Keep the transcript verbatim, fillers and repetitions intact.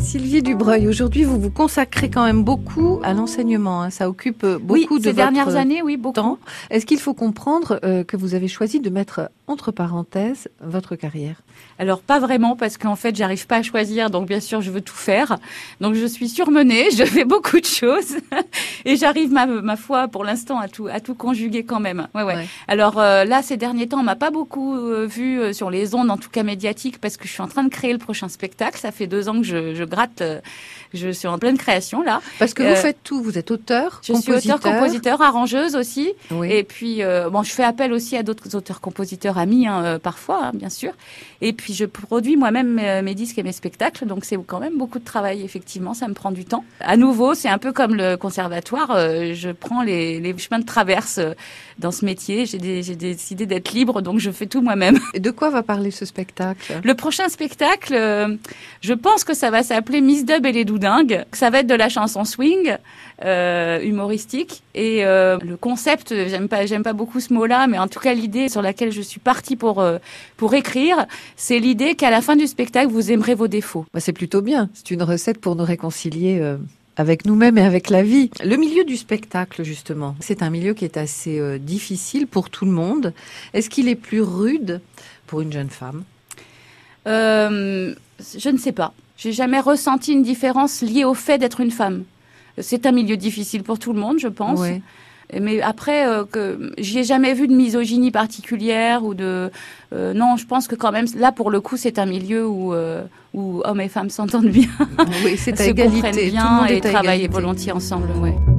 Sylvie Dubreuil, aujourd'hui vous vous consacrez quand même beaucoup à l'enseignement, hein. Ça occupe beaucoup oui, de votre ces dernières années, oui, beaucoup. temps. Est-ce qu'il faut comprendre euh, que vous avez choisi de mettre entre parenthèses votre carrière ? Alors pas vraiment, parce qu'en fait j'arrive pas à choisir, donc bien sûr je veux tout faire. Donc je suis surmenée, je fais beaucoup de choses et j'arrive ma, ma foi pour l'instant à tout à tout conjuguer quand même. Ouais ouais. ouais. Alors euh, là ces derniers temps on m'a pas beaucoup euh, vu euh, sur les ondes, en tout cas médiatiques, parce que je suis en train de créer le prochain spectacle. Ça fait deux ans que je, je gratte, euh, je suis en pleine création là. Parce que euh, vous faites tout, vous êtes auteur, je compositeur. Je suis auteur, compositeur, arrangeuse aussi. Oui. Et puis euh, bon, je fais appel aussi à d'autres auteurs-compositeurs amis hein, euh, parfois, hein, bien sûr. Et puis je produis moi-même mes, mes disques et mes spectacles, donc c'est quand même beaucoup de travail, effectivement, ça me prend du temps. À nouveau, c'est un peu comme le conservatoire, euh, je prends les, les chemins de traverse euh, dans ce métier, j'ai, des, j'ai décidé d'être libre, donc je fais tout moi-même. Et de quoi va parler ce spectacle ? Le prochain spectacle, euh, je pense que ça va s'appeler Miss Dub et les Doudingues, ça va être de la chanson swing, euh, humoristique, et euh, le concept, j'aime pas, j'aime pas beaucoup ce mot-là, mais en tout cas l'idée sur laquelle je suis partie pour, euh, pour écrire, c'est l'idée qu'à la fin du spectacle, vous aimerez vos défauts. Bah, c'est plutôt bien. C'est une recette pour nous réconcilier euh, avec nous-mêmes et avec la vie. Le milieu du spectacle, justement, c'est un milieu qui est assez euh, difficile pour tout le monde. Est-ce qu'il est plus rude pour une jeune femme ? euh, Je ne sais pas. J'ai jamais ressenti une différence liée au fait d'être une femme. C'est un milieu difficile pour tout le monde, je pense. Ouais. Mais après, euh, que j'y ai jamais vu de misogynie particulière ou de euh, non, je pense que quand même là pour le coup c'est un milieu où euh, où hommes et femmes s'entendent bien, oui, c'est à se égalité, comprennent bien tout le monde et est à travaillent égalité. volontiers ensemble. Ouais.